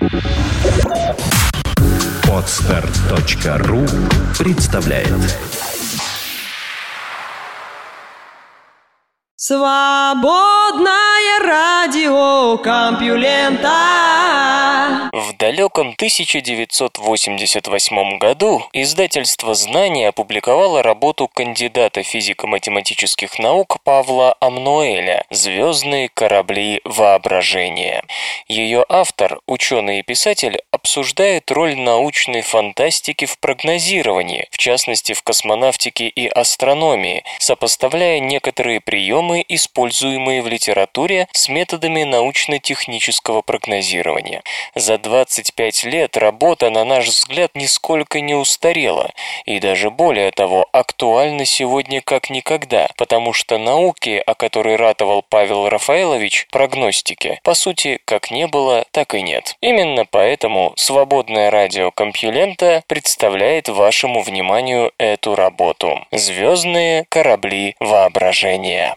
Podster.ru представляет. Свободное радио Компьюлента. В далеком 1988 году издательство «Знание» опубликовало работу кандидата физико-математических наук Павла Амнуэля «Звездные корабли воображения». Ее автор, ученый и писатель, обсуждает роль научной фантастики в прогнозировании, в частности в космонавтике и астрономии, сопоставляя некоторые приемы, используемые в литературе, с методами научно-технического прогнозирования. За 25 лет работа, на наш взгляд, нисколько не устарела, и даже более того, актуальна сегодня как никогда, потому что науки, о которой ратовал Павел Рафаэлович, прогностики, по сути, как не было, так и нет. Именно поэтому свободное радио Компьюлента представляет вашему вниманию эту работу «Звездные корабли воображения».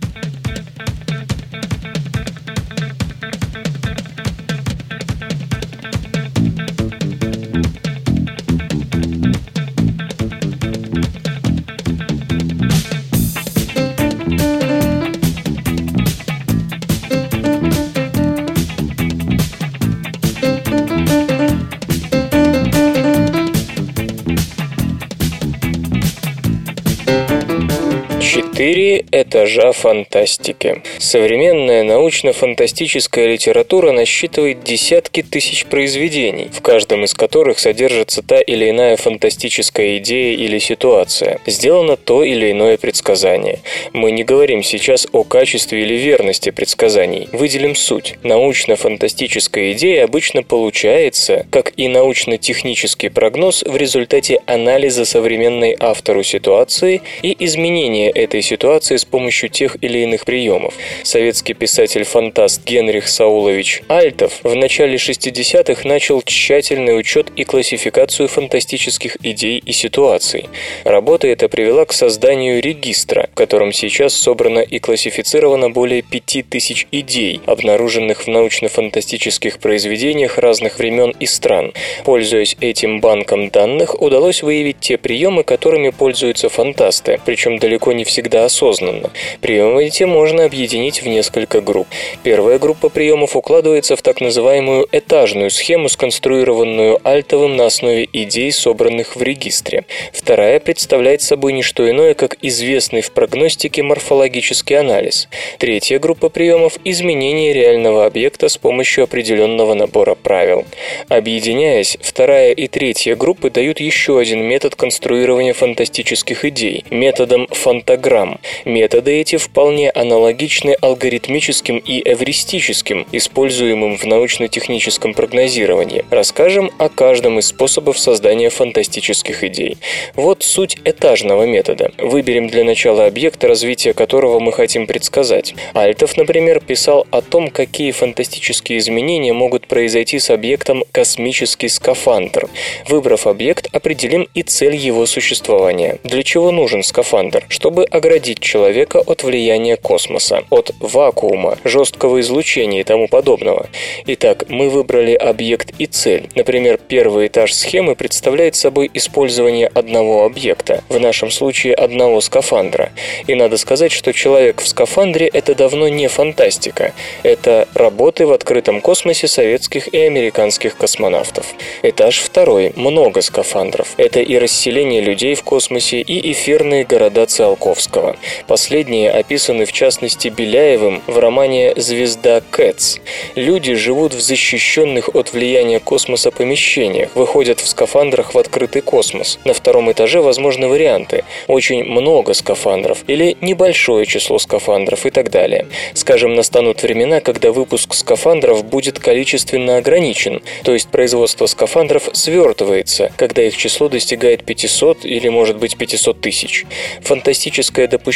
Четыре этажа фантастики. Современная научно-фантастическая литература насчитывает десятки тысяч произведений, в каждом из которых содержится та или иная фантастическая идея или ситуация. Сделано то или иное предсказание. Мы не говорим сейчас о качестве или верности предсказаний. Выделим суть. Научно-фантастическая идея обычно получается, как и научно-технический прогноз, в результате анализа современной автору ситуации и изменения этой ситуации с помощью тех или иных приемов. Советский писатель-фантаст Генрих Саулович Альтов в начале 60-х начал тщательный учет и классификацию фантастических идей и ситуаций. Работа эта привела к созданию регистра, в котором сейчас собрано и классифицировано более 5000 идей, обнаруженных в научно-фантастических произведениях разных времен и стран. Пользуясь этим банком данных, удалось выявить те приемы, которыми пользуются фантасты, причем далеко не всегда осознанно. Приемы эти можно объединить в несколько групп. Первая группа приемов укладывается в так называемую этажную схему, сконструированную Альтовым на основе идей, собранных в регистре. Вторая представляет собой не что иное, как известный в прогностике морфологический анализ. Третья группа приемов – изменение реального объекта с помощью определенного набора правил. Объединяясь, вторая и третья группы дают еще один метод конструирования фантастических идей – методом фантаграмм. Методы эти вполне аналогичны алгоритмическим и эвристическим, используемым в научно-техническом прогнозировании. Расскажем о каждом из способов создания фантастических идей. Вот суть этажного метода. Выберем для начала объект, развитие которого мы хотим предсказать. Альтов, например, писал о том, какие фантастические изменения могут произойти с объектом космический скафандр. Выбрав объект, определим и цель его существования. Для чего нужен скафандр? Чтобы оградить человека от влияния космоса, от вакуума, жесткого излучения и тому подобного. Итак, мы выбрали объект и цель. Например, первый этаж схемы представляет собой использование одного объекта, в нашем случае одного скафандра. И надо сказать, что человек в скафандре – это давно не фантастика. Это работы в открытом космосе советских и американских космонавтов. Этаж второй – много скафандров. Это и расселение людей в космосе, и эфирные города Циолковского. Последние описаны в частности Беляевым в романе «Звезда Кэтс». Люди живут в защищенных от влияния космоса помещениях, выходят в скафандрах в открытый космос. На втором этаже возможны варианты. Очень много скафандров или небольшое число скафандров и так далее. Скажем, настанут времена, когда выпуск скафандров будет количественно ограничен, то есть производство скафандров свертывается, когда их число достигает 500 или, может быть, 500 тысяч. Фантастическое допущение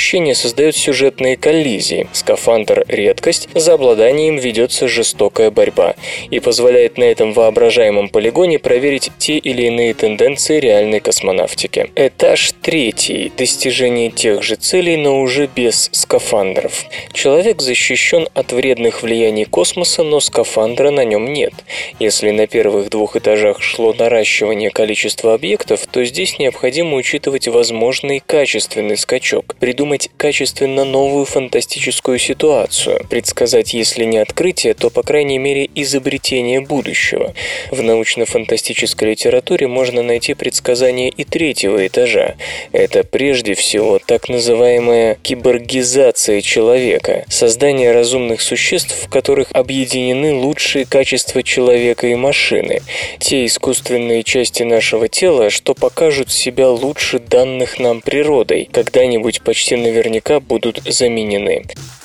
перемещения создает сюжетные коллизии. Скафандр – редкость, за обладанием ведется жестокая борьба и позволяет на этом воображаемом полигоне проверить те или иные тенденции реальной космонавтики. Этаж 3. Достижение тех же целей, но уже без скафандров. Человек защищен от вредных влияний космоса, но скафандра на нем нет. Если на первых 2 этажах шло наращивание количества объектов, то здесь необходимо учитывать возможный качественный скачок, придумать качественно новую фантастическую ситуацию, предсказать, если не открытие, то, по крайней мере, изобретение будущего. В научно-фантастической литературе можно найти предсказания и 3-го этажа. Это прежде всего так называемая киборгизация человека, создание разумных существ, в которых объединены лучшие качества человека и машины, те искусственные части нашего тела, что покажут себя лучше данных нам природой, когда-нибудь почти наверняка будут заменены.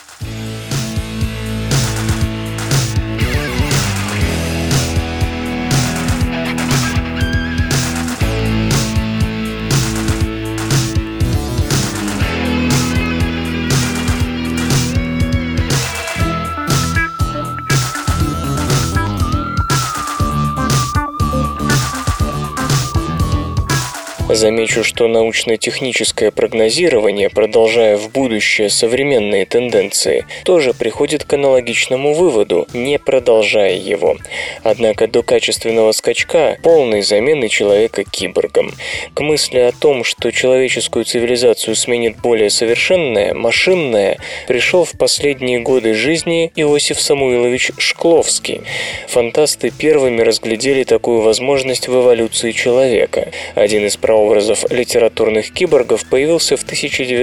Замечу, что научно-техническое прогнозирование, продолжая в будущее современные тенденции, тоже приходит к аналогичному выводу, не продолжая его. Однако до качественного скачка, полной замены человека киборгом. К мысли о том, что человеческую цивилизацию сменит более совершенная, машинная, пришел в последние годы жизни Иосиф Самуилович Шкловский. Фантасты первыми разглядели такую возможность в эволюции человека. Один из прообразов литературных киборгов появился в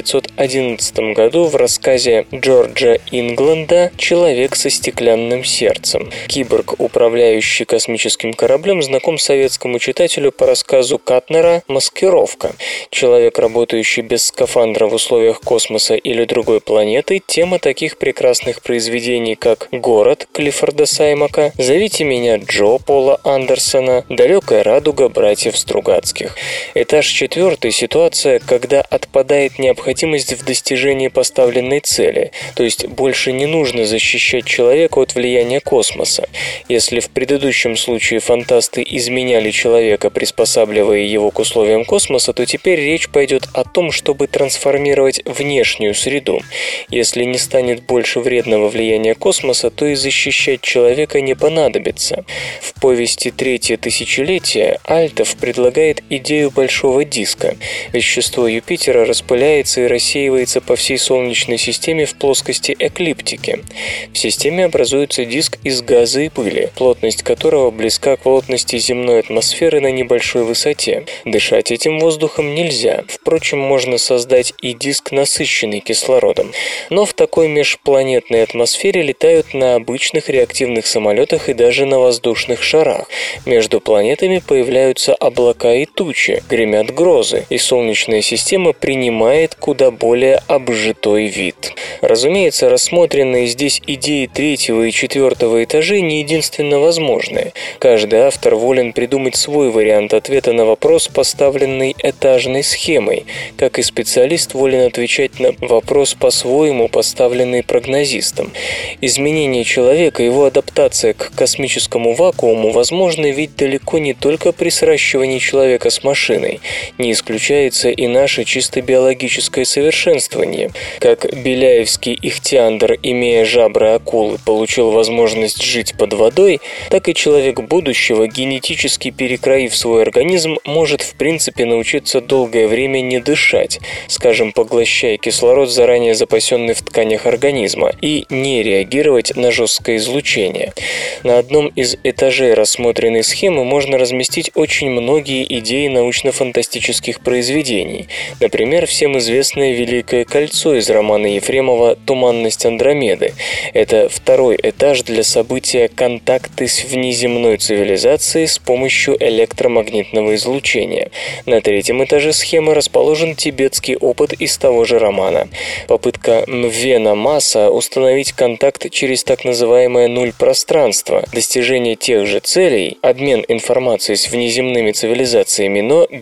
1911 году в рассказе Джорджа Ингленда «Человек со стеклянным сердцем». Киборг, управляющий космическим кораблем, знаком советскому читателю по рассказу Катнера «Маскировка». Человек, работающий без скафандра в условиях космоса или другой планеты, тема таких прекрасных произведений, как «Город» Клиффорда Саймака, «Зовите меня Джо» Пола Андерсона, «Далекая радуга» братьев Стругацких. Этаж 4 – ситуация, когда отпадает необходимость в достижении поставленной цели, то есть больше не нужно защищать человека от влияния космоса. Если в предыдущем случае фантасты изменяли человека, приспосабливая его к условиям космоса, то теперь речь пойдет о том, чтобы трансформировать внешнюю среду. Если не станет больше вредного влияния космоса, то и защищать человека не понадобится. В повести «Третье тысячелетие» Альтов предлагает идею большого диска. Вещество Юпитера распыляется и рассеивается по всей Солнечной системе в плоскости эклиптики. В системе образуется диск из газа и пыли, плотность которого близка к плотности земной атмосферы на небольшой высоте. Дышать этим воздухом нельзя. Впрочем, можно создать и диск, насыщенный кислородом. Но в такой межпланетной атмосфере летают на обычных реактивных самолетах и даже на воздушных шарах. Между планетами появляются облака и тучи, гремят грозы, и Солнечная система принимает куда более обжитой вид. Разумеется, рассмотренные здесь идеи 3-го и 4-го этажей не единственно возможные. Каждый автор волен придумать свой вариант ответа на вопрос, поставленный этажной схемой, как и специалист волен отвечать на вопрос по-своему, поставленный прогнозистом. Изменение человека, его адаптация к космическому вакууму возможны ведь далеко не только при сращивании человека с машиной. Не исключается и наше чисто биологическое совершенствование. Как беляевский ихтиандр, имея жабры акулы, получил возможность жить под водой, так и человек будущего, генетически перекроив свой организм, может в принципе научиться долгое время не дышать, скажем, поглощая кислород, заранее запасенный в тканях организма, и не реагировать на жесткое излучение. На одном из этажей рассмотренной схемы можно разместить очень многие идеи научно-фантастических произведений. Например, всем известное «Великое кольцо» из романа Ефремова «Туманность Андромеды». Это второй этаж для события «Контакты с внеземной цивилизацией с помощью электромагнитного излучения». На 3-м этаже схемы расположен тибетский опыт из того же романа. Попытка Мвена Маса установить контакт через так называемое нуль-пространство, достижение тех же целей, обмен информацией с внеземными цивилизациями, но без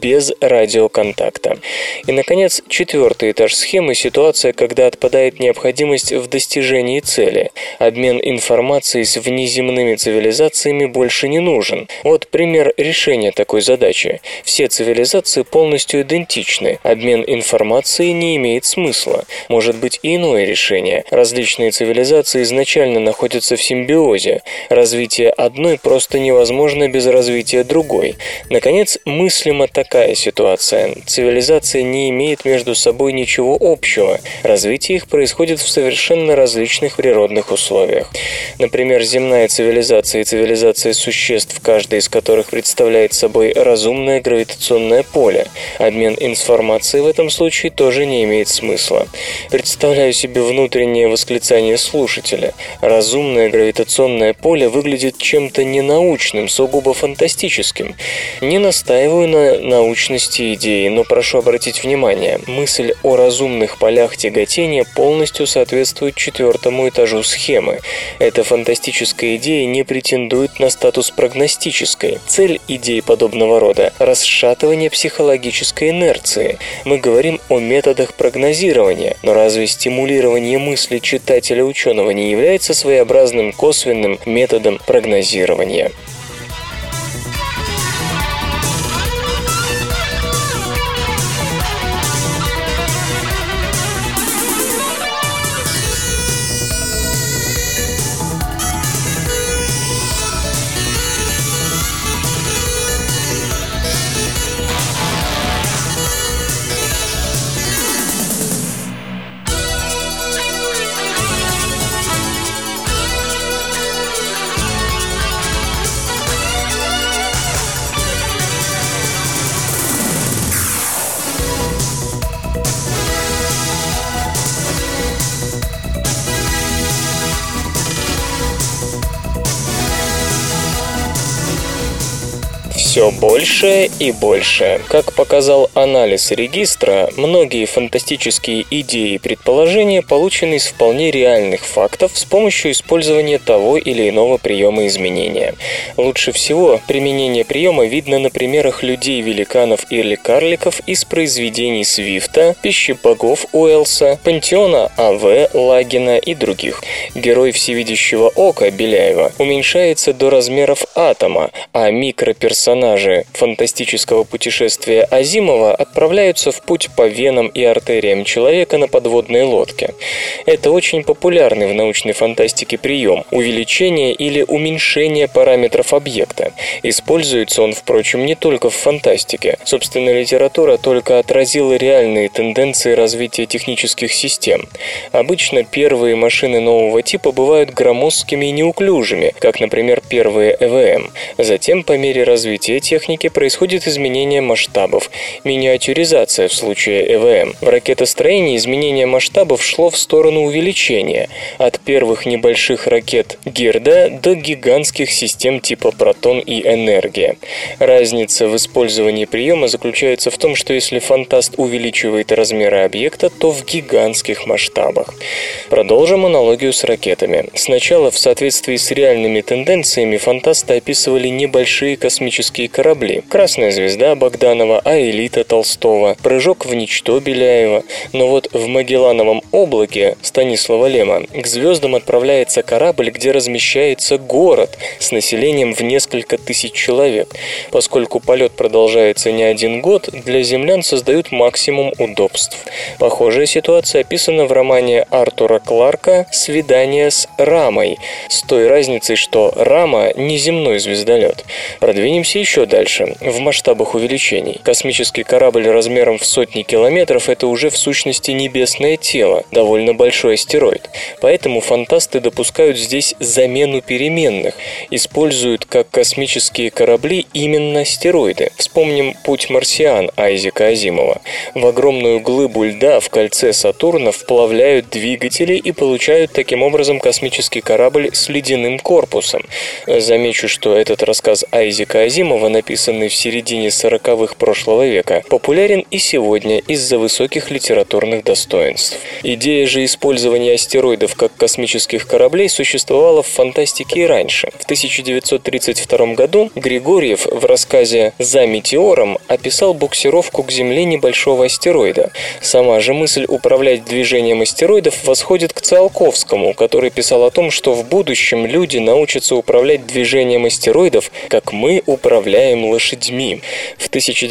без радиоконтакта. И, наконец, четвертый этаж схемы – ситуация, когда отпадает необходимость в достижении цели. Обмен информацией с внеземными цивилизациями больше не нужен. Вот пример решения такой задачи. Все цивилизации полностью идентичны. Обмен информацией не имеет смысла. Может быть и иное решение. Различные цивилизации изначально находятся в симбиозе. Развитие одной просто невозможно без развития другой. Наконец, мыслима такая ситуация. Цивилизация не имеет между собой ничего общего. Развитие их происходит в совершенно различных природных условиях. Например, земная цивилизация и цивилизация существ, каждая из которых представляет собой разумное гравитационное поле. Обмен информацией в этом случае тоже не имеет смысла. Представляю себе внутреннее восклицание слушателя. Разумное гравитационное поле выглядит чем-то ненаучным, сугубо фантастическим. Не настаиваю на научности идеи, но прошу обратить внимание, мысль о разумных полях тяготения полностью соответствует четвертому этажу схемы. Эта фантастическая идея не претендует на статус прогностической. Цель идей подобного рода – расшатывание психологической инерции. Мы говорим о методах прогнозирования, но разве стимулирование мысли читателя-ученого не является своеобразным косвенным методом прогнозирования? Все больше и больше. Как показал анализ регистра, многие фантастические идеи и предположения получены из вполне реальных фактов с помощью использования того или иного приема изменения. Лучше всего применение приема видно на примерах людей-великанов или карликов из произведений Свифта, «Пищи богов» Уэллса, «Пантеона» А.В. Лагина и других. Герой всевидящего ока Беляева уменьшается до размеров атома, а микроперсонажи фантастического путешествия Азимова отправляются в путь по венам и артериям человека на подводной лодке. Это очень популярный в научной фантастике прием – увеличение или уменьшение параметров объекта. Используется он, впрочем, не только в фантастике. Собственно, литература только отразила реальные тенденции развития технических систем. Обычно первые машины нового типа бывают громоздкими и неуклюжими, как, например, первые ЭВМ. Затем, по мере развития техники, происходит изменение масштабов, миниатюризация в случае ЭВМ. В ракетостроении изменение масштабов шло в сторону увеличения, от первых небольших ракет Гирда до гигантских систем типа Протон и Энергия. Разница в использовании приема заключается в том, что если фантаст увеличивает размеры объекта, то в гигантских масштабах. Продолжим аналогию с ракетами. Сначала, в соответствии с реальными тенденциями, фантасты описывали небольшие космические корабли. «Красная звезда» Богданова, «Аэлита» Толстого, «Прыжок в ничто» Беляева. Но вот в «Магеллановом облаке» Станислава Лема к звездам отправляется корабль, где размещается город с населением в несколько тысяч человек. Поскольку полет продолжается не один год, для землян создают максимум удобств. Похожая ситуация описана в романе Артура Кларка «Свидание с Рамой», с той разницей, что Рама – не земной звездолет. Продвинемся еще дальше, в масштабах увеличений. Космический корабль размером в сотни километров – это уже в сущности небесное тело, довольно большой астероид. Поэтому фантасты допускают здесь замену переменных, используют как космические корабли именно астероиды. Вспомним «Путь марсиан» Айзека Азимова. В огромную глыбу льда в кольце Сатурна вплавляют двигатели и получают таким образом космический корабль с ледяным корпусом. Замечу, что этот рассказ Айзека Азимова Абрамова, написанный в середине 40-х прошлого века, популярен и сегодня из-за высоких литературных достоинств. Идея же использования астероидов как космических кораблей существовала в фантастике и раньше. В 1932 году Григорьев в рассказе «За метеором» описал буксировку к Земле небольшого астероида. Сама же мысль управлять движением астероидов восходит к Циолковскому, который писал о том, что в будущем люди научатся управлять движением астероидов, как мы управляем лошадьми. В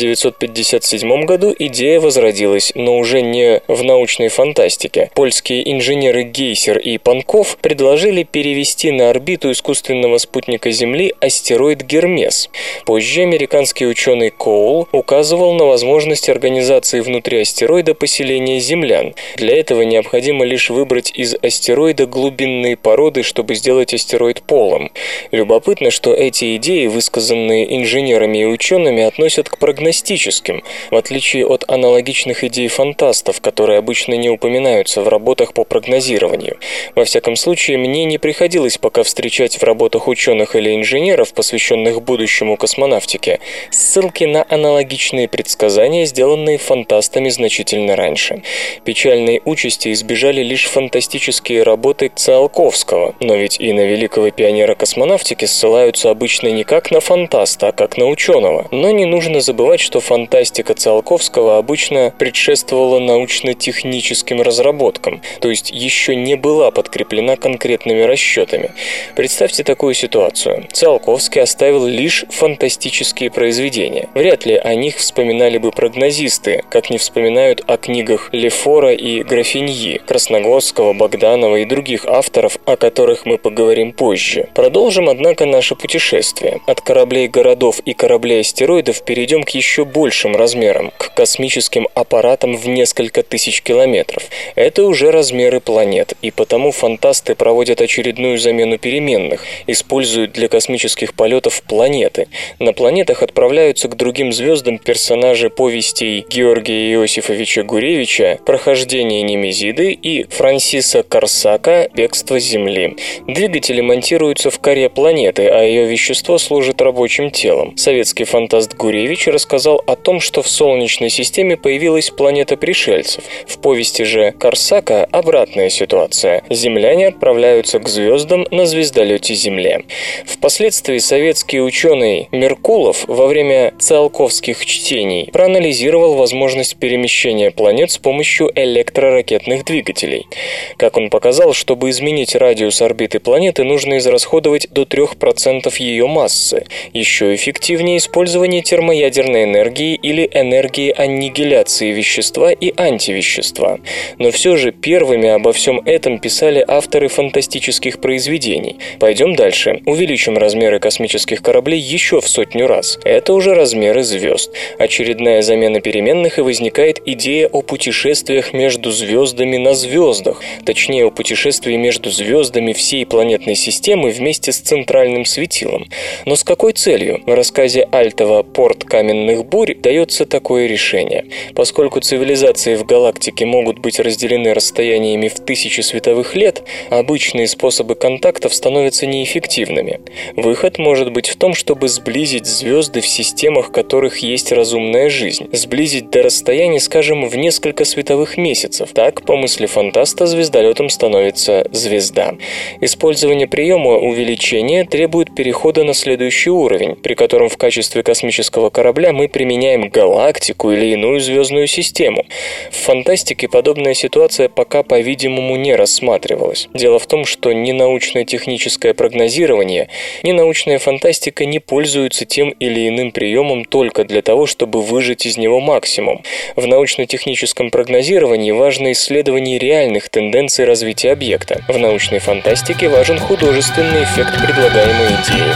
1957 году идея возродилась, но уже не в научной фантастике. Польские инженеры Гейсер и Панков предложили перевести на орбиту искусственного спутника Земли астероид Гермес. Позже американский ученый Коул указывал на возможность организации внутри астероида поселения землян. Для этого необходимо лишь выбрать из астероида глубинные породы, чтобы сделать астероид полым. Любопытно, что эти идеи, высказанные инженерами и учеными, относят к прогностическим, в отличие от аналогичных идей фантастов, которые обычно не упоминаются в работах по прогнозированию. Во всяком случае, мне не приходилось пока встречать в работах ученых или инженеров, посвященных будущему космонавтике, ссылки на аналогичные предсказания, сделанные фантастами значительно раньше. Печальной участи избежали лишь фантастические работы Циолковского, но ведь и на великого пионера космонавтики ссылаются обычно не как на фантаста, а как на ученого. Но не нужно забывать, что фантастика Циолковского обычно предшествовала научно-техническим разработкам, то есть еще не была подкреплена конкретными расчетами. Представьте такую ситуацию. Циолковский оставил лишь фантастические произведения. Вряд ли о них вспоминали бы прогнозисты, как не вспоминают о книгах Лефора и Графиньи, Красногорского, Богданова и других авторов, о которых мы поговорим позже. Продолжим, однако, наше путешествие. От кораблей-городов и кораблей-астероидов перейдем к еще большим размерам, к космическим аппаратам в несколько тысяч километров. Это уже размеры планет, и потому фантасты проводят очередную замену переменных, используют для космических полетов планеты. На планетах отправляются к другим звездам персонажи повестей Георгия Иосифовича Гуревича «Прохождение Немезиды» и Франсиса Корсака «Бегство с Земли». Двигатели монтируются в коре планеты, а ее вещество служит рабочим телом. Советский фантаст Гуревич рассказал о том, что в Солнечной системе появилась планета пришельцев. В повести же Корсака обратная ситуация. Земляне отправляются к звездам на звездолете Земле. Впоследствии советский ученый Меркулов во время циолковских чтений проанализировал возможность перемещения планет с помощью электроракетных двигателей. Как он показал, чтобы изменить радиус орбиты планеты, нужно израсходовать до 3% ее массы. Еще эффективнее использование термоядерной энергии или энергии аннигиляции вещества и антивещества. Но все же первыми обо всем этом писали авторы фантастических произведений. Пойдем дальше. Увеличим размеры космических кораблей еще в 100 раз. Это уже размеры звезд. Очередная замена переменных, и возникает идея о путешествиях между звездами на звездах. Точнее, о путешествии между звездами всей планетной системы вместе с центральным светилом. Но с какой целью? В рассказе Альтова «Порт каменных бурь» дается такое решение. Поскольку цивилизации в галактике могут быть разделены расстояниями в тысячи световых лет, обычные способы контактов становятся неэффективными. Выход может быть в том, чтобы сблизить звезды в системах, в которых есть разумная жизнь. Сблизить до расстояния, скажем, в несколько световых месяцев. Так, по мысли фантаста, звездолетом становится звезда. Использование приема увеличения требует перехода на следующий уровень, при котором в качестве космического корабля мы применяем галактику или иную звездную систему. В фантастике подобная ситуация пока, по-видимому, не рассматривалась. Дело в том, что ни научно-техническое прогнозирование, ни научная фантастика не пользуются тем или иным приемом только для того, чтобы выжать из него максимум. В научно-техническом прогнозировании важно исследование реальных тенденций развития объекта. В научной фантастике важен художественный эффект предлагаемой идеи.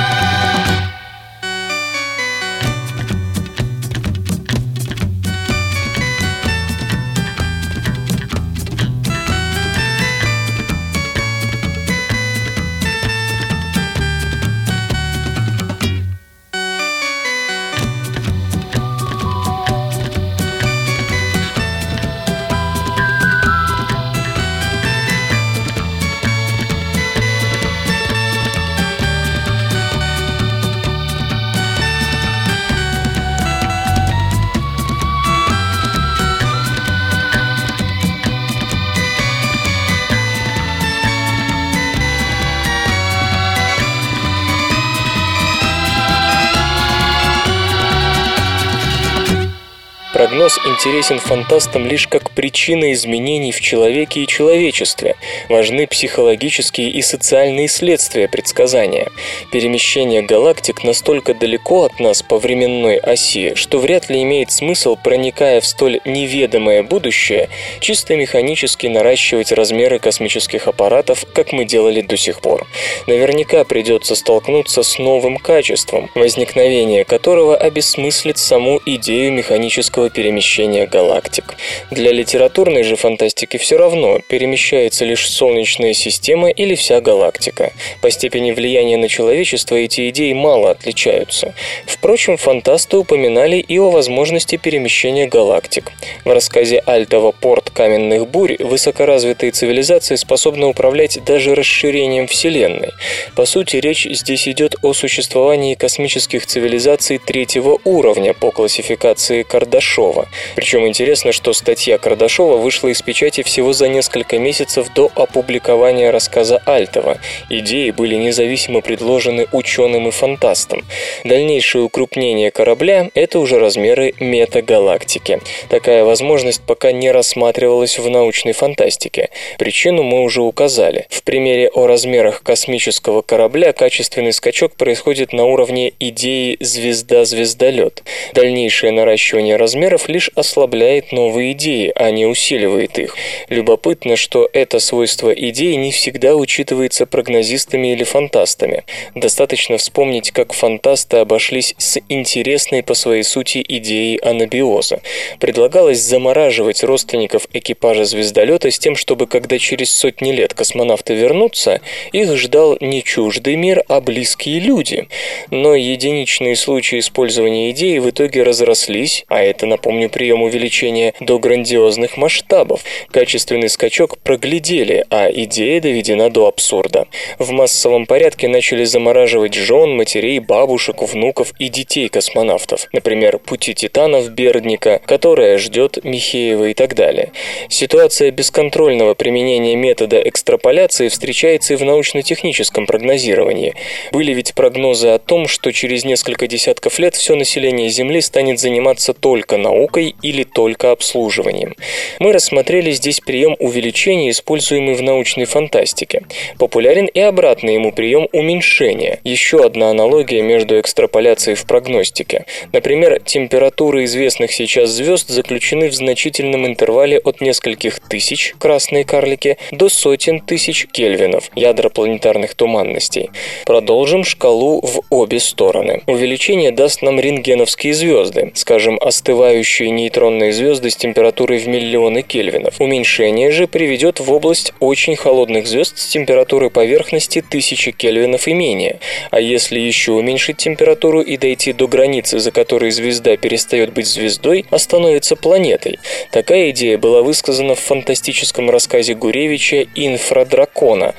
прогноз интересен фантастам лишь как причина изменений в человеке и человечестве. Важны психологические и социальные следствия предсказания. Перемещение галактик настолько далеко от нас по временной оси, что вряд ли имеет смысл, проникая в столь неведомое будущее, чисто механически наращивать размеры космических аппаратов, как мы делали до сих пор. Наверняка придется столкнуться с новым качеством, возникновение которого обесмыслит саму идею механического перемещения галактик. Для литературной же фантастики все равно, перемещается лишь Солнечная система или вся галактика. По степени влияния на человечество эти идеи мало отличаются. Впрочем, фантасты упоминали и о возможности перемещения галактик. В рассказе Альтова «Порт каменных бурь» высокоразвитые цивилизации способны управлять даже расширением Вселенной. По сути, речь здесь идет о существовании космических цивилизаций третьего уровня по классификации Кардашова. Причем интересно, что статья Кардашова вышла из печати всего за несколько месяцев до опубликования рассказа Альтова. Идеи были независимо предложены ученым и фантастам. Дальнейшее укрупнение корабля – это уже размеры метагалактики. Такая возможность пока не рассматривалась в научной фантастике. Причину мы уже указали. В примере о размерах космического корабля качественный скачок происходит на уровне идеи «звезда-звездолет». Дальнейшее наращивание размеров лишь ослабляет новые идеи, а не усиливает их. Любопытно, что это свойство идеи не всегда учитывается прогнозистами или фантастами. Достаточно вспомнить, как фантасты обошлись с интересной по своей сути идеей анабиоза. Предлагалось замораживать родственников экипажа звездолета с тем, чтобы, когда через сотни лет космонавты вернутся, их ждал не чуждый мир, а близкие люди. Но единичные случаи использования идеи в итоге разрослись, а это, напомню, прием увеличения до грандиозных масштабов. Качественный скачок проглядели, а идея доведена до абсурда. В массовом порядке начали замораживать жен, матерей, бабушек, внуков и детей космонавтов. Например, пути титанов Бердника, которая ждет Михеева и так далее. Ситуация бесконтрольного применения метода экстраполяции встречается и в научно-техническом прогнозировании. Были ведь прогнозы о том, что через несколько десятков лет все население Земли станет заниматься только наукой или только обслуживанием. Мы рассмотрели здесь прием увеличения, используемый в научной фантастике. Популярен и обратный ему прием уменьшения. Еще одна аналогия между экстраполяцией в прогностике. Например, температуры известных сейчас звезд заключены в значительном интервале от нескольких тысяч, красные карлики, до сотен тысяч кельвинов, ядра планетарных туманностей. Продолжим шкалу в обе стороны. Увеличение даст нам рентгеновские звезды, скажем, остывающие нейтронные звезды с температурой в миллионы кельвинов. Уменьшение же приведет в область очень холодных звезд с температурой поверхности 1000 кельвинов и менее. А если еще уменьшить температуру и дойти до границы, за которой звезда перестает быть звездой, а становится планетой. Такая идея была высказана в фантастическом рассказе Гуревича «Инфрадракона»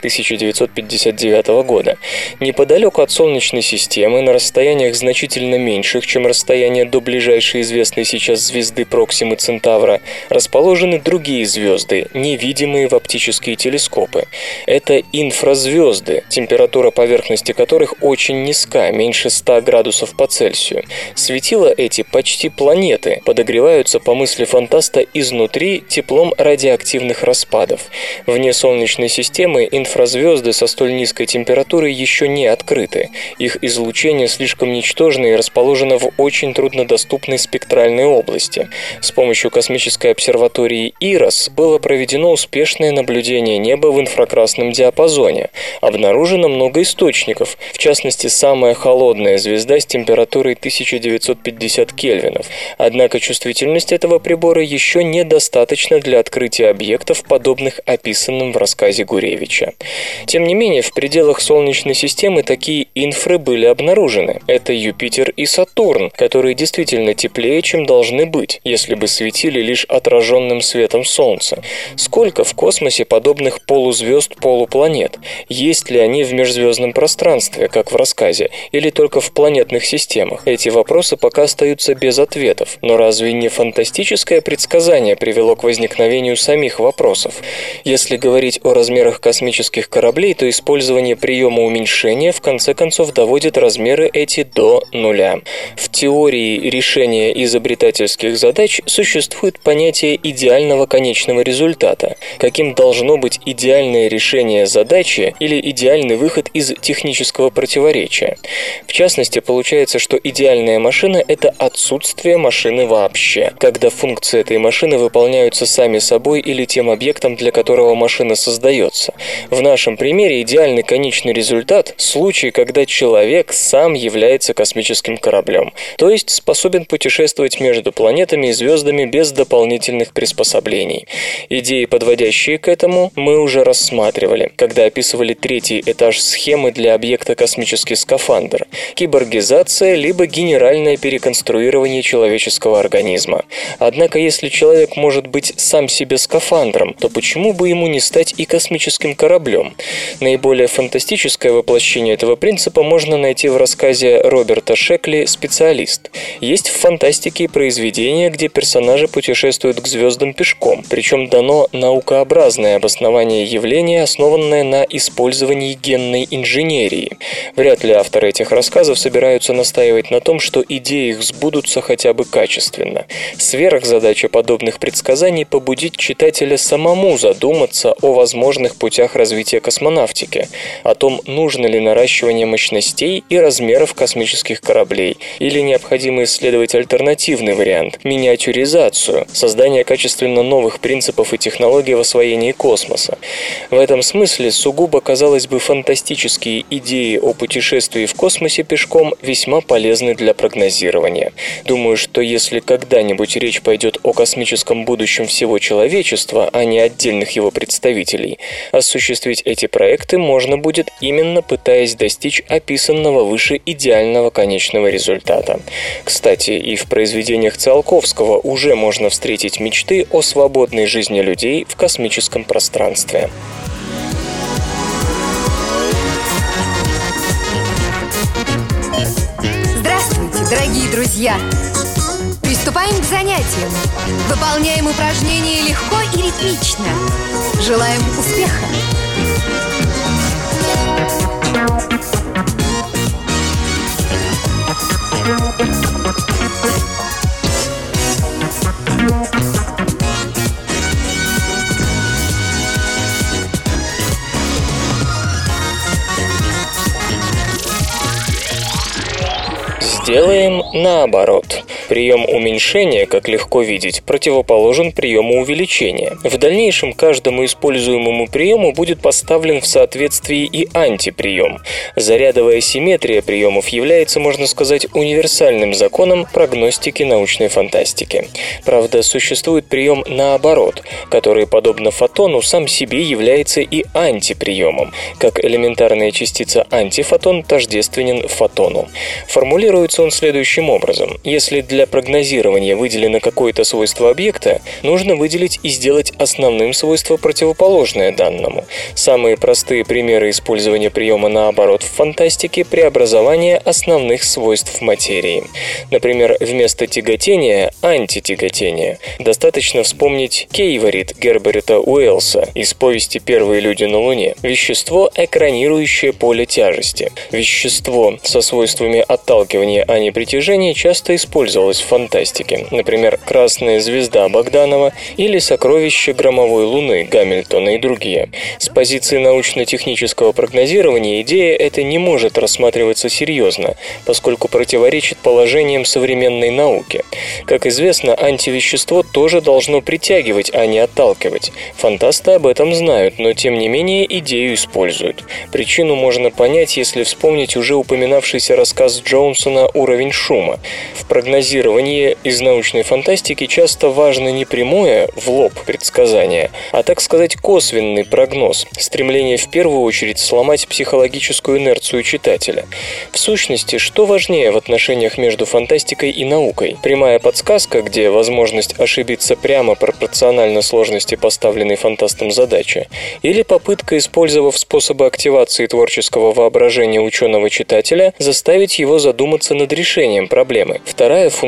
1959 года. Неподалеку от Солнечной системы, на расстояниях значительно меньших, чем расстояние до ближайшей известной сейчас звезды Проксимы Центавра, расположены другие звезды, невидимые в оптические телескопы. Это инфразвезды, температура поверхности которых очень низка, меньше 100 градусов по Цельсию. Светила эти почти планеты, подогреваются, по мысли фантаста, изнутри теплом радиоактивных распадов. Вне Солнечной системы инфразвезды со столь низкой температурой еще не открыты. Их излучение слишком ничтожно и расположено в очень труднодоступной спектральной области. С помощью космической обсерватории ИРОС было проведено успешное наблюдение неба в инфракрасном диапазоне. Обнаружено много источников, в частности, самая холодная звезда с температурой 1950 кельвинов. Однако чувствительность этого прибора еще недостаточна для открытия объектов, подобных описанным в рассказе Гуревича. Тем не менее, в пределах Солнечной системы такие инфры были обнаружены. Это Юпитер и Сатурн, которые действительно теплее, чем должны быть, если бы светили лишь отраженным светом Солнца. Сколько в космосе подобных полузвезд-полупланет? Есть ли они в межзвездном пространстве, как в рассказе, или только в планетных системах? Эти вопросы пока остаются без ответов. Но разве не фантастическое предсказание привело к возникновению самих вопросов? Если говорить о размерах космических кораблей, то использование приема уменьшения в конце концов доводит размеры эти до нуля. В теории решения изобретателя изыскательских задач существует понятие идеального конечного результата, каким должно быть идеальное решение задачи или идеальный выход из технического противоречия. В частности, получается, что идеальная машина – это отсутствие машины вообще, когда функции этой машины выполняются сами собой или тем объектом, для которого машина создается. В нашем примере идеальный конечный результат – случай, когда человек сам является космическим кораблем, то есть способен путешествовать между планетами и звездами без дополнительных приспособлений. Идеи, подводящие к этому, мы уже рассматривали, когда описывали третий этаж схемы для объекта космический скафандр – киборгизация либо генеральное переконструирование человеческого организма. Однако, если человек может быть сам себе скафандром, то почему бы ему не стать и космическим кораблем? Наиболее фантастическое воплощение этого принципа можно найти в рассказе Роберта Шекли «Специалист». Есть в фантастике произведения, где персонажи путешествуют к звездам пешком, причем дано наукообразное обоснование явления, основанное на использовании генной инженерии. Вряд ли авторы этих рассказов собираются настаивать на том, что идеи их сбудутся хотя бы качественно. Сверхзадача подобных предсказаний – побудить читателя самому задуматься о возможных путях развития космонавтики, о том, нужно ли наращивание мощностей и размеров космических кораблей, или необходимо исследовать альтернативный вариант – миниатюризацию, создание качественно новых принципов и технологий в освоении космоса. В этом смысле сугубо, казалось бы, фантастические идеи о путешествии в космосе пешком весьма полезны для прогнозирования. Думаю, что если когда-нибудь речь пойдет о космическом будущем всего человечества, а не отдельных его представителей, осуществить эти проекты можно будет именно пытаясь достичь описанного выше идеального конечного результата. Кстати, и в произведениях Циолковского уже можно встретить мечты о свободной жизни людей в космическом пространстве. Здравствуйте, дорогие друзья! Приступаем к занятиям. Выполняем упражнения легко и ритмично. Желаем успеха! Сделаем наоборот. Прием уменьшения, как легко видеть, противоположен приему увеличения. В дальнейшем каждому используемому приему будет поставлен в соответствии и антиприем. Зарядовая симметрия приемов является, можно сказать, универсальным законом прогностики научной фантастики. Правда, существует прием наоборот, который, подобно фотону, сам себе является и антиприемом, как элементарная частица антифотон тождественен фотону. Формулируется он следующим образом. Если для прогнозирования выделено какое-то свойство объекта, нужно выделить и сделать основным свойство, противоположное данному. Самые простые примеры использования приема наоборот в фантастике – преобразование основных свойств материи. Например, вместо тяготения – антитяготение. Достаточно вспомнить Кейворит Герберта Уэллса из повести «Первые люди на Луне». Вещество, экранирующее поле тяжести. Вещество со свойствами отталкивания, а не притяжения, часто использовалось в фантастике. Например, «Красная звезда» Богданова или «Сокровище громовой луны» Гамильтона и другие. С позиции научно-технического прогнозирования идея эта не может рассматриваться серьезно, поскольку противоречит положениям современной науки. Как известно, антивещество тоже должно притягивать, а не отталкивать. Фантасты об этом знают, но тем не менее идею используют. Причину можно понять, если вспомнить уже упоминавшийся рассказ Джонсона «Уровень шума». В прогнозировании из научной фантастики часто важно не прямое, в лоб предсказание, а, так сказать, косвенный прогноз, стремление в первую очередь сломать психологическую инерцию читателя. В сущности, что важнее в отношениях между фантастикой и наукой? Прямая подсказка, где возможность ошибиться прямо пропорциональна сложности поставленной фантастом задачи, или попытка, использовав способы активации творческого воображения ученого-читателя, заставить его задуматься над решением проблемы. Вторая функция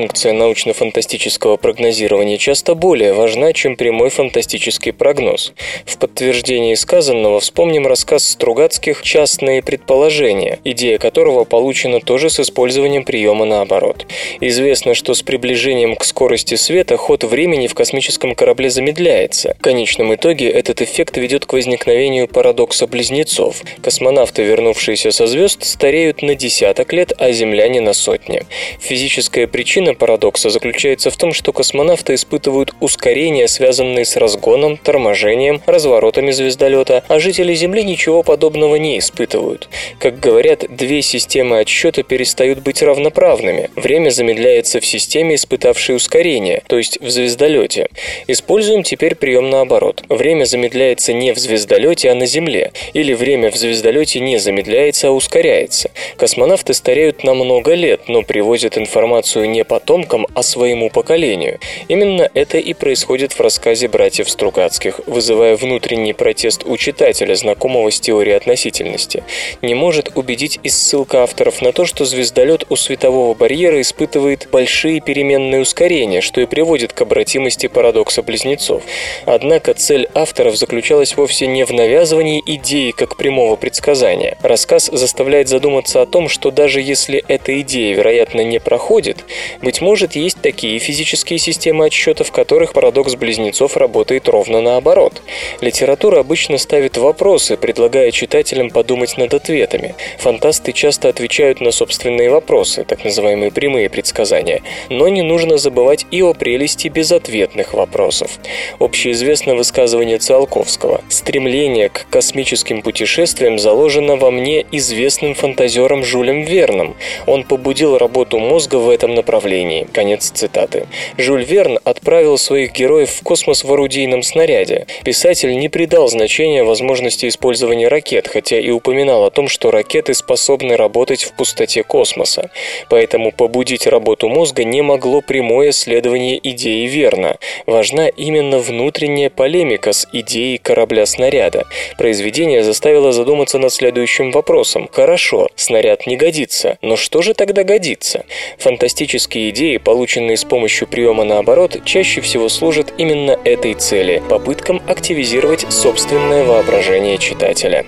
функция научно-фантастического прогнозирования часто более важна, чем прямой фантастический прогноз. В подтверждении сказанного вспомним рассказ Стругацких «Частные предположения», идея которого получена тоже с использованием приема наоборот. Известно, что с приближением к скорости света ход времени в космическом корабле замедляется. В конечном итоге этот эффект ведет к возникновению парадокса близнецов. Космонавты, вернувшиеся со звезд, стареют на десяток лет, а земляне на сотни. Физическая причина парадокса заключается в том, что космонавты испытывают ускорения, связанные с разгоном, торможением, разворотами звездолета, а жители Земли ничего подобного не испытывают. Как говорят, две системы отсчета перестают быть равноправными. Время замедляется в системе, испытавшей ускорение, то есть в звездолете. Используем теперь прием наоборот. Время замедляется не в звездолете, а на Земле. Или время в звездолете не замедляется, а ускоряется. Космонавты стареют на много лет, но привозят информацию не потомкам, а своему поколению. Именно это и происходит в рассказе братьев Стругацких, вызывая внутренний протест у читателя, знакомого с теорией относительности. Не может убедить и ссылка авторов на то, что звездолет у светового барьера испытывает большие переменные ускорения, что и приводит к обратимости парадокса близнецов. Однако цель авторов заключалась вовсе не в навязывании идеи как прямого предсказания. Рассказ заставляет задуматься о том, что даже если эта идея, вероятно, не проходит, быть может, есть такие физические системы отсчета, в которых парадокс близнецов работает ровно наоборот. Литература обычно ставит вопросы, предлагая читателям подумать над ответами. Фантасты часто отвечают на собственные вопросы, так называемые прямые предсказания, но не нужно забывать и о прелести безответных вопросов. Общеизвестно высказывание Циолковского: «Стремление к космическим путешествиям заложено во мне известным фантазером Жюлем Верном. Он побудил работу мозга в этом направлении». Конец цитаты. Жюль Верн отправил своих героев в космос в орудийном снаряде. Писатель не придал значения возможности использования ракет, хотя и упоминал о том, что ракеты способны работать в пустоте космоса. Поэтому побудить работу мозга не могло прямое следование идеи Верна. Важна именно внутренняя полемика с идеей корабля-снаряда. Произведение заставило задуматься над следующим вопросом. Хорошо, снаряд не годится, но что же тогда годится? Фантастические идеи, полученные с помощью приема наоборот, чаще всего служат именно этой цели – попыткам активизировать собственное воображение читателя.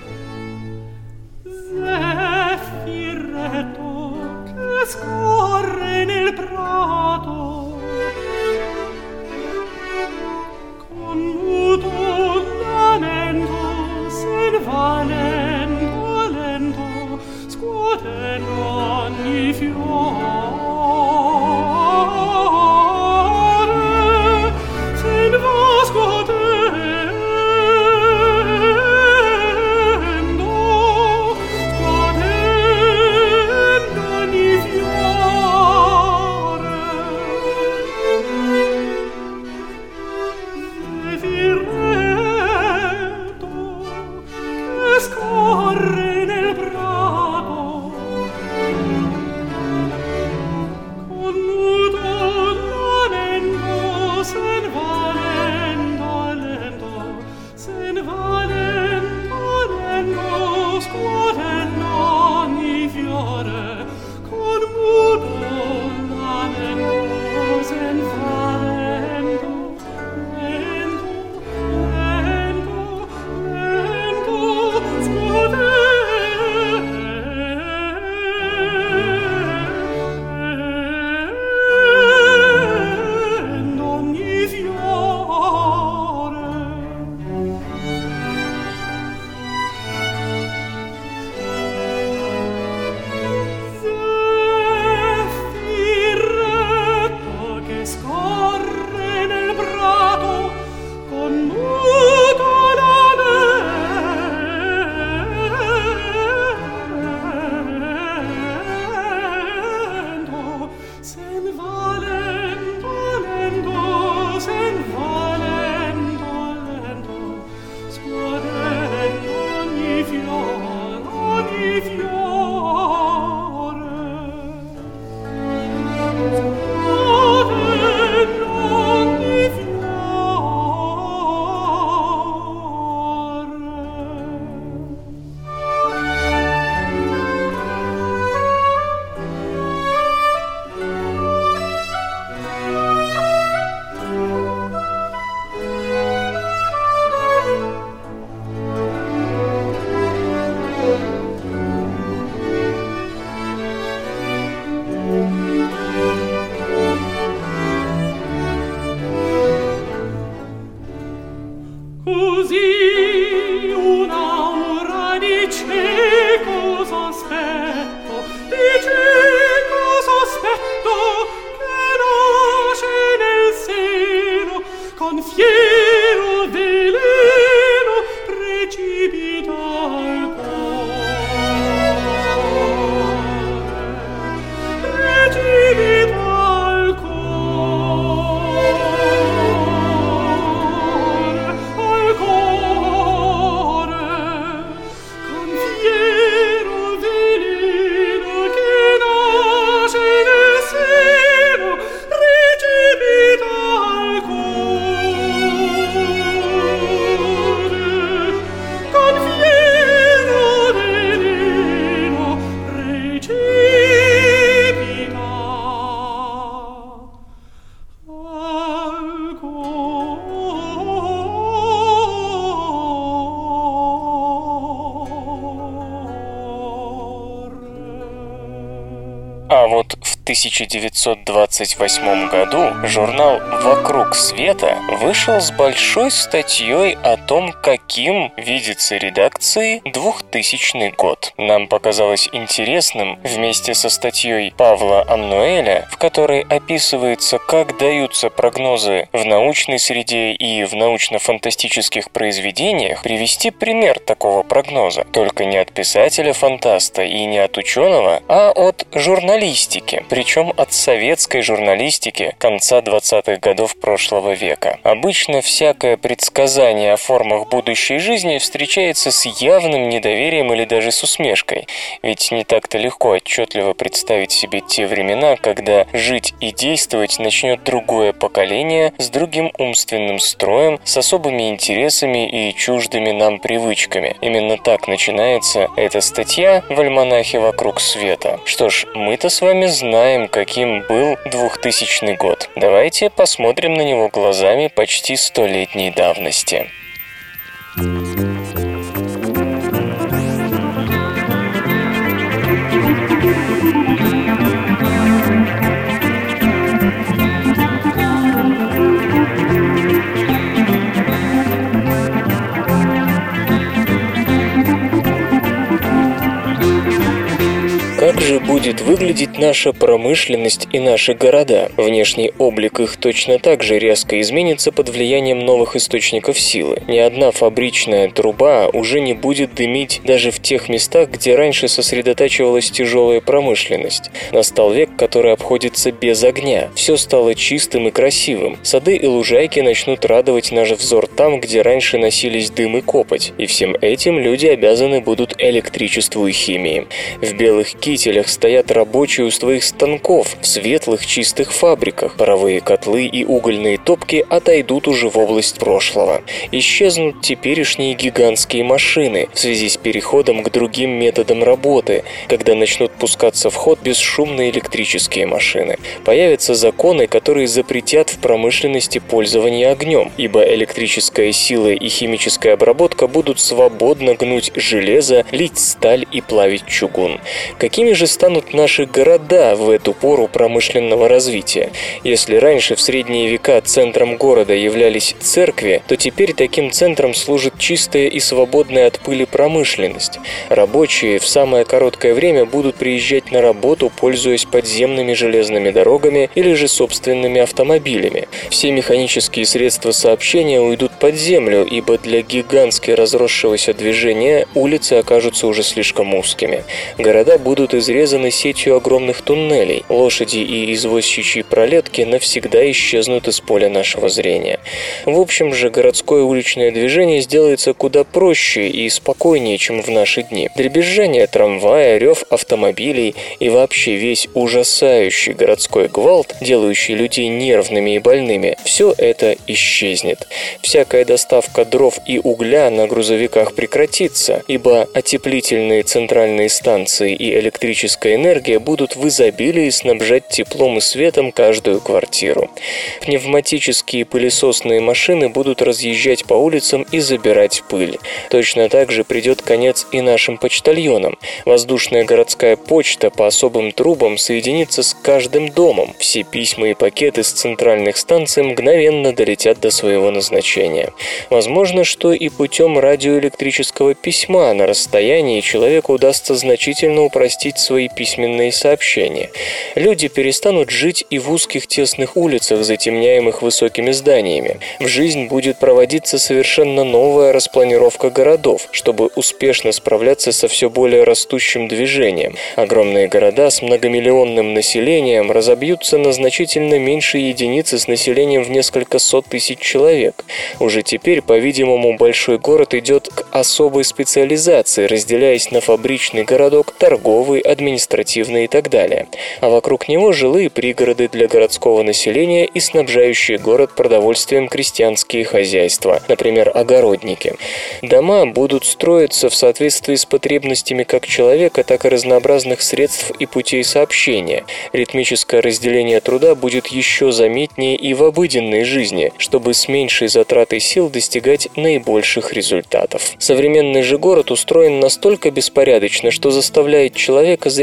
1928 году журнал «Вокруг света» вышел с большой статьей о том, каким видится редакции 2000 год. Нам показалось интересным вместе со статьей Павла Амнуэля, в которой описывается, как даются прогнозы в научной среде и в научно-фантастических произведениях, привести пример такого прогноза, только не от писателя-фантаста и не от ученого, а от журналистики, причем от советской журналистики конца 20-х годов прошлого века. Обычно всякое предсказание о формах будущей жизни встречается с явным недоверием или даже с усмешкой, ведь не так-то легко отчетливо представить себе те времена, когда жить и действовать начнет другое поколение с другим умственным строем, с особыми интересами и чуждыми нам привычками. Именно так начинается эта статья в альманахе «Вокруг света». Что ж, мы-то с вами знаем, каким был 2000 год. Давайте посмотрим на него глазами почти 100-летней давности. Как же будет выглядеть наша промышленность и наши города? Внешний облик их точно так же резко изменится под влиянием новых источников силы. Ни одна фабричная труба уже не будет дымить даже в тех местах, где раньше сосредотачивалась тяжелая промышленность. Настал век, который обходится без огня. Все стало чистым и красивым. Сады и лужайки начнут радовать наш взор там, где раньше носились дым и копоть. И всем этим люди обязаны будут электричеству и химии. В белых кителях стоят рабочие у своих станков, в светлых чистых фабриках. Паровые котлы и угольные топки отойдут уже в область прошлого. Исчезнут теперешние гигантские машины в связи с переходом к другим методам работы, когда начнут пускаться в ход бесшумные электрические машины. Появятся законы, которые запретят в промышленности пользование огнем, ибо электрическая сила и химическая обработка будут свободно гнуть железо, лить сталь и плавить чугун. Какими же станут наши города в эту пору промышленного развития? Если раньше в средние века центром города являлись церкви, то теперь таким центром служит чистая и свободная от пыли промышленность. Рабочие в самое короткое время будут приезжать на работу, пользуясь подземными железными дорогами или же собственными автомобилями. Все механические средства сообщения уйдут под землю, ибо для гигантски разросшегося движения улицы окажутся уже слишком узкими. Города будут изрезаны сетью огромных туннелей. Лошади и извозчичьи пролетки навсегда исчезнут из поля нашего зрения. В общем же, городское уличное движение сделается куда проще и спокойнее, чем в наши дни. Дребезжание трамвая, рев автомобилей и вообще весь ужасающий городской гвалт, делающий людей нервными и больными, все это исчезнет. Всякая доставка дров и угля на грузовиках прекратится, ибо отеплительные центральные станции и электрическая энергия будут в изобилии снабжать теплом и светом каждую квартиру. Пневматические пылесосные машины будут разъезжать по улицам и забирать пыль. Точно так же придет конец и нашим почтальонам. Воздушная городская почта по особым трубам соединится с каждым домом. Все письма и пакеты с центральных станций мгновенно долетят до своего назначения. Возможно, что и путем радиоэлектрического письма на расстоянии человеку удастся значительно упростить свои письменные сообщения. Люди перестанут жить и в узких тесных улицах, затемняемых высокими зданиями. В жизнь будет проводиться совершенно новая распланировка городов, чтобы успешно справляться со все более растущим движением. Огромные города с многомиллионным населением разобьются на значительно меньшие единицы с населением в несколько сот тысяч человек. Уже теперь, по-видимому, большой город идет к особой специализации, разделяясь на фабричный городок, торговый, административный и так далее. А вокруг него жилые пригороды для городского населения и снабжающие город продовольствием крестьянские хозяйства, например, огородники. Дома будут строиться в соответствии с потребностями как человека, так и разнообразных средств и путей сообщения. Ритмическое разделение труда будет еще заметнее и в обыденной жизни, чтобы с меньшей затратой сил достигать наибольших результатов. Современный же город устроен настолько беспорядочно, что заставляет человека зря расставать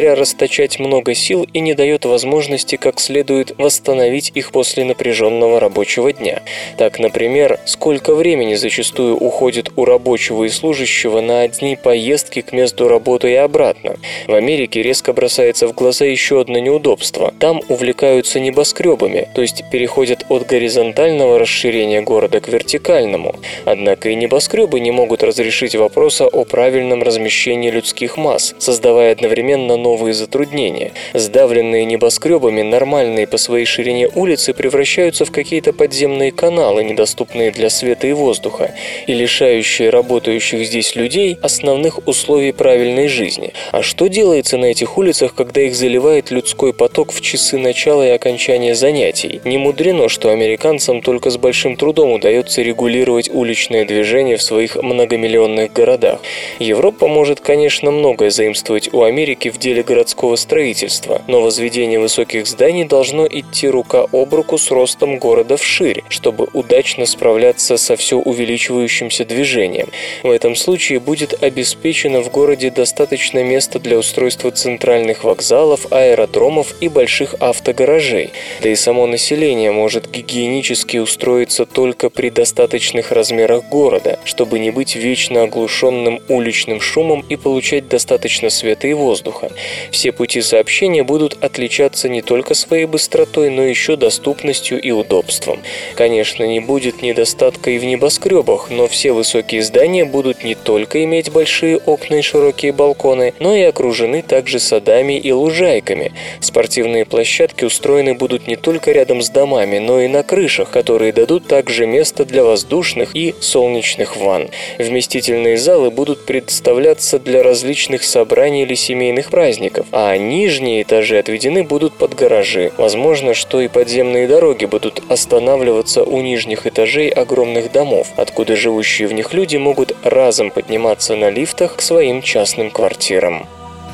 оттачать много сил и не дает возможности как следует восстановить их после напряженного рабочего дня. Так, например, сколько времени зачастую уходит у рабочего и служащего на одни поездки к месту работы и обратно. В Америке резко бросается в глаза еще одно неудобство. Там увлекаются небоскребами, то есть переходят от горизонтального расширения города к вертикальному. Однако и небоскребы не могут разрешить вопроса о правильном размещении людских масс, создавая одновременно новые затруднения. Сдавленные небоскребами нормальные по своей ширине улицы превращаются в какие-то подземные каналы, недоступные для света и воздуха, и лишающие работающих здесь людей основных условий правильной жизни. А что делается на этих улицах, когда их заливает людской поток в часы начала и окончания занятий? Не мудрено, что американцам только с большим трудом удается регулировать уличное движение в своих многомиллионных городах. Европа может, конечно, многое заимствовать у Америки в деле городского строительства, но возведение высоких зданий должно идти рука об руку с ростом города вширь, чтобы удачно справляться со все увеличивающимся движением. В этом случае будет обеспечено в городе достаточно места для устройства центральных вокзалов, аэродромов и больших автогаражей. Да и само население может гигиенически устроиться только при достаточных размерах города, чтобы не быть вечно оглушенным уличным шумом и получать достаточно света и воздуха. Все пути сообщения будут отличаться не только своей быстротой, но еще доступностью и удобством. Конечно, не будет недостатка и в небоскребах, но все высокие здания будут не только иметь большие окна и широкие балконы, но и окружены также садами и лужайками. Спортивные площадки устроены будут не только рядом с домами, но и на крышах, которые дадут также место для воздушных и солнечных ванн. Вместительные залы будут предоставляться для различных собраний или семейных праздников, а нижние этажи отведены будут под гаражи. Возможно, что и подземные дороги будут останавливаться у нижних этажей огромных домов, откуда живущие в них люди могут разом подниматься на лифтах к своим частным квартирам.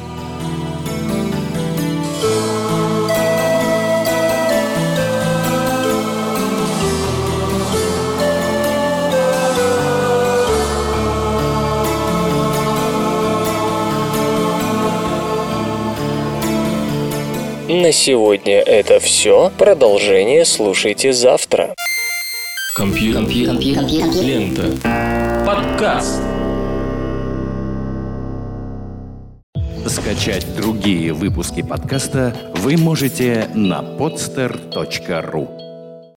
На сегодня это все. Продолжение слушайте завтра. Компьютер. Лента. Подкаст. Скачать другие выпуски подкаста вы можете на podster.ru.